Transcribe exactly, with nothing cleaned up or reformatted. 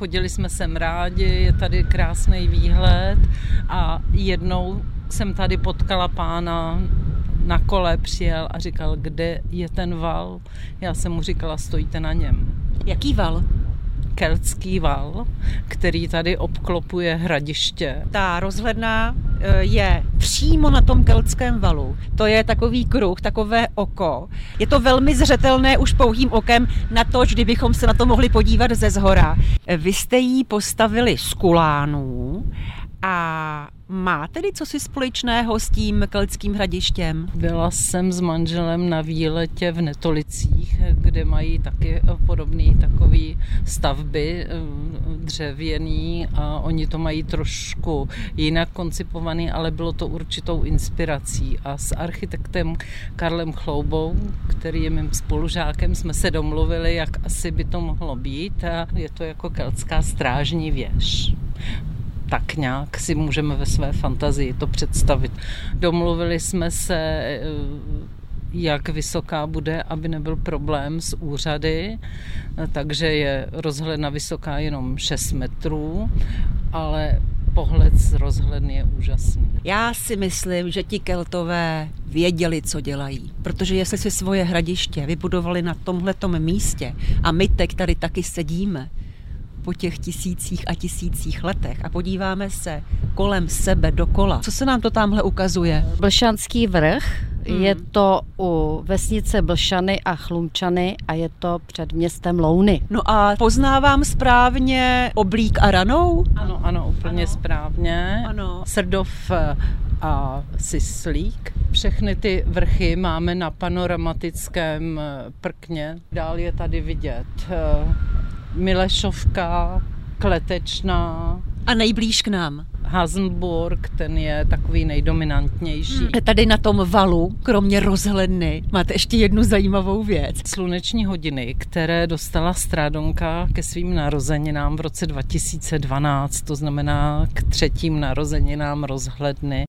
chodili jsme sem rádi, je tady krásný výhled a jednou jsem tady potkala pána, na kole přijel a říkal, kde je ten val. Já jsem mu říkala, stojíte na něm. Jaký val? Keltský val, který tady obklopuje Hradiště. Ta rozhledna je přímo na tom Keltském valu. To je takový kruh, takové oko. Je to velmi zřetelné už pouhým okem na to, kdybychom se na to mohli podívat ze zhora. Vy jste jí postavili z kulánů a má tedy cosi společného s tím Keltským Hradištěm? Byla jsem s manželem na výletě v Netolicích, kde mají taky podobné takové stavby dřevěný a oni to mají trošku jinak koncipovaný, ale bylo to určitou inspirací. A s architektem Karlem Chloubou, který je mým spolužákem, jsme se domluvili, jak asi by to mohlo být. A je to jako keltská strážní věž. Tak nějak si můžeme ve své fantazii to představit. Domluvili jsme se, jak vysoká bude, aby nebyl problém s úřady, takže je rozhledna vysoká jenom šest metrů, ale pohled z rozhledny je úžasný. Já si myslím, že ti Keltové věděli, co dělají, protože jestli si svoje hradiště vybudovali na tomhletom místě a my teď tady taky sedíme, po těch tisících a tisících letech a podíváme se kolem sebe dokola. Co se nám to tamhle ukazuje? Blšanský vrch, hmm. je to u vesnice Blšany a Chlumčany a je to před městem Louny. No a poznávám správně Oblík a Ranou? Ano, ano, úplně ano. správně. Ano. Srdov a Syslík. Všechny ty vrchy máme na panoramatickém prkně. Dál je tady vidět Milešovka, Kletečná. A nejblíž k nám? Hasenburg, ten je takový nejdominantnější. Hmm. Tady na tom valu, kromě rozhledny, máte ještě jednu zajímavou věc. Sluneční hodiny, které dostala Strádonka ke svým narozeninám v roce dva tisíce dvanáct, to znamená k třetím narozeninám rozhledny.